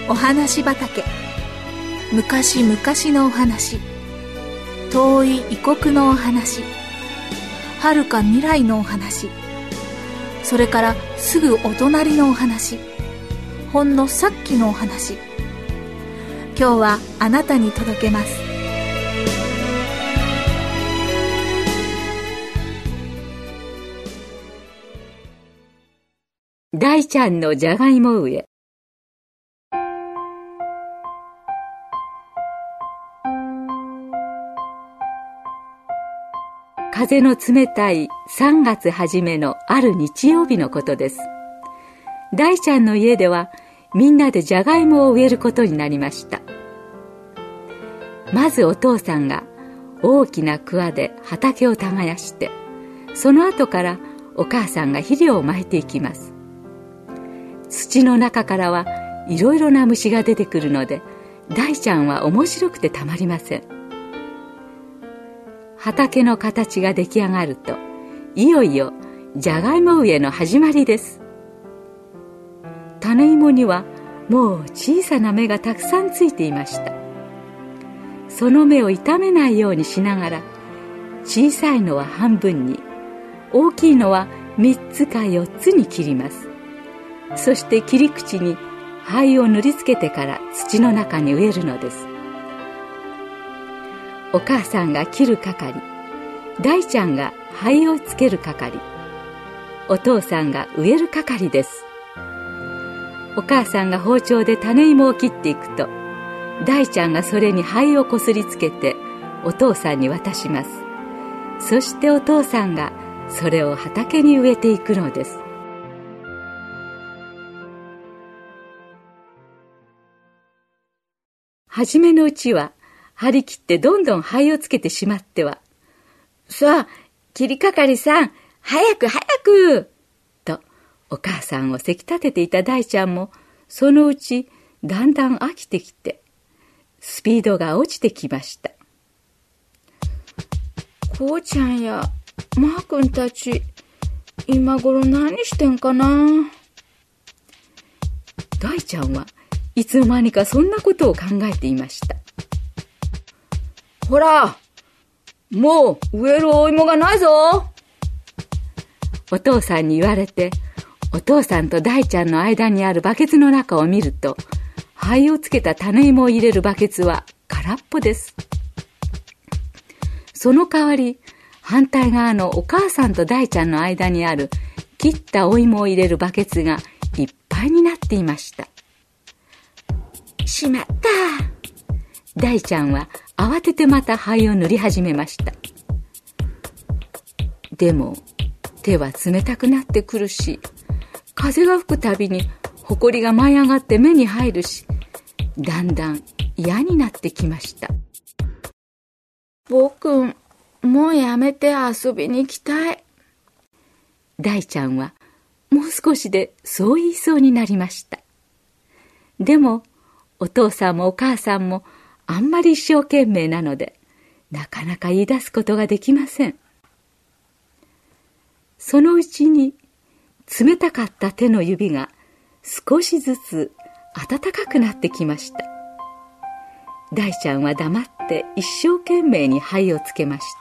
お話畑。昔々のお話、遠い異国のお話、遥か未来のお話、それからすぐお隣のお話、ほんのさっきのお話。今日はあなたに届けます。 大ちゃんのじゃがいも植え。風の冷たい3月初めのある日曜日のことです。大ちゃんの家ではみんなでじゃがいもを植えることになりました。まずお父さんが大きな桑で畑を耕して、その後からお母さんが肥料をまいていきます。土の中からはいろいろな虫が出てくるので、大ちゃんは面白くてたまりません。畑の形が出来上がると、いよいよじゃがいも植えの始まりです。種芋にはもう小さな芽がたくさんついていました。その芽を傷めないようにしながら、小さいのは半分に、大きいのは3つか4つに切ります。そして切り口に灰を塗りつけてから土の中に植えるのです。お母さんが切る係、大ちゃんが灰をつける係、お父さんが植える係です。お母さんが包丁で種芋を切っていくと、大ちゃんがそれに灰をこすりつけてお父さんに渡します。そしてお父さんがそれを畑に植えていくのです。はじめのうちは張り切ってどんどん灰をつけてしまっては、さあ、切り係さん、早く早くとお母さんをせき立てていた大ちゃんも、そのうちだんだん飽きてきて、スピードが落ちてきました。 こうちゃんやマー君たち、今頃何してんかな。 大ちゃんはいつの間にかそんなことを考えていました。 ほら、もう植えるお芋がないぞ。 お父さんに言われて、お父さんと大ちゃんの間にあるバケツの中を見ると、灰をつけた種芋を入れるバケツは空っぽです。その代わり、反対側のお母さんと大ちゃんの間にある切ったお芋を入れるバケツがいっぱいになっていました。しまった。大ちゃんは慌ててまた灰を塗り始めました。でも手は冷たくなってくるし、風が吹くたびにほこりが舞い上がって目に入るし、だんだん嫌になってきました。 僕、もうやめて遊びに行きたい。 大ちゃんはもう少しでそう言いそうになりました。でもお父さんもお母さんもあんまり一生懸命なので、なかなか言い出すことができません。そのうちに冷たかった手の指が少しずつ暖かくなってきました。大ちゃんは黙って一生懸命に灰をつけました。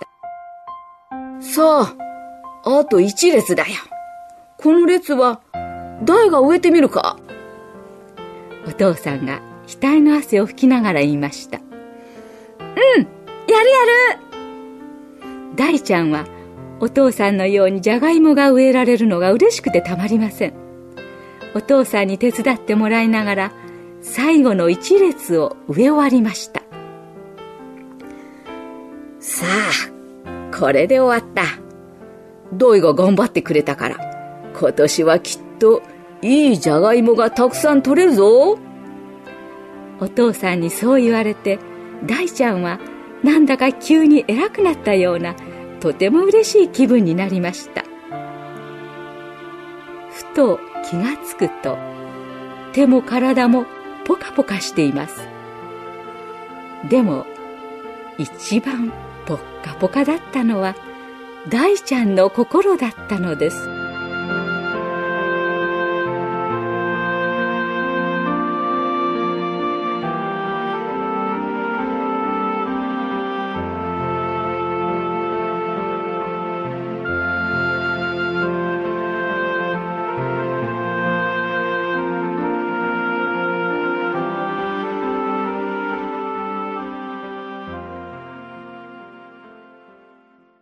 さあ、あと1列だよ。この列は誰が植えてみるか。 お父さんが額の汗を拭きながら言いました。 やるやる。 大ちゃんはお父さんのようにじゃがいもが植えられるのが嬉しくてたまりません。お父さんに手伝ってもらいながら最後の1列を植え終わりました。 さあ、これで終わった。ドイが頑張ってくれたから、今年はきっといいじゃがいもがたくさん取れるぞ。 お父さんにそう言われて、大ちゃんはなんだか急に偉くなったような、とても嬉しい気分になりました。ふと気がつくと、手も体もポカポカしています。でも一番ポッカポカだったのは大ちゃんの心だったのです。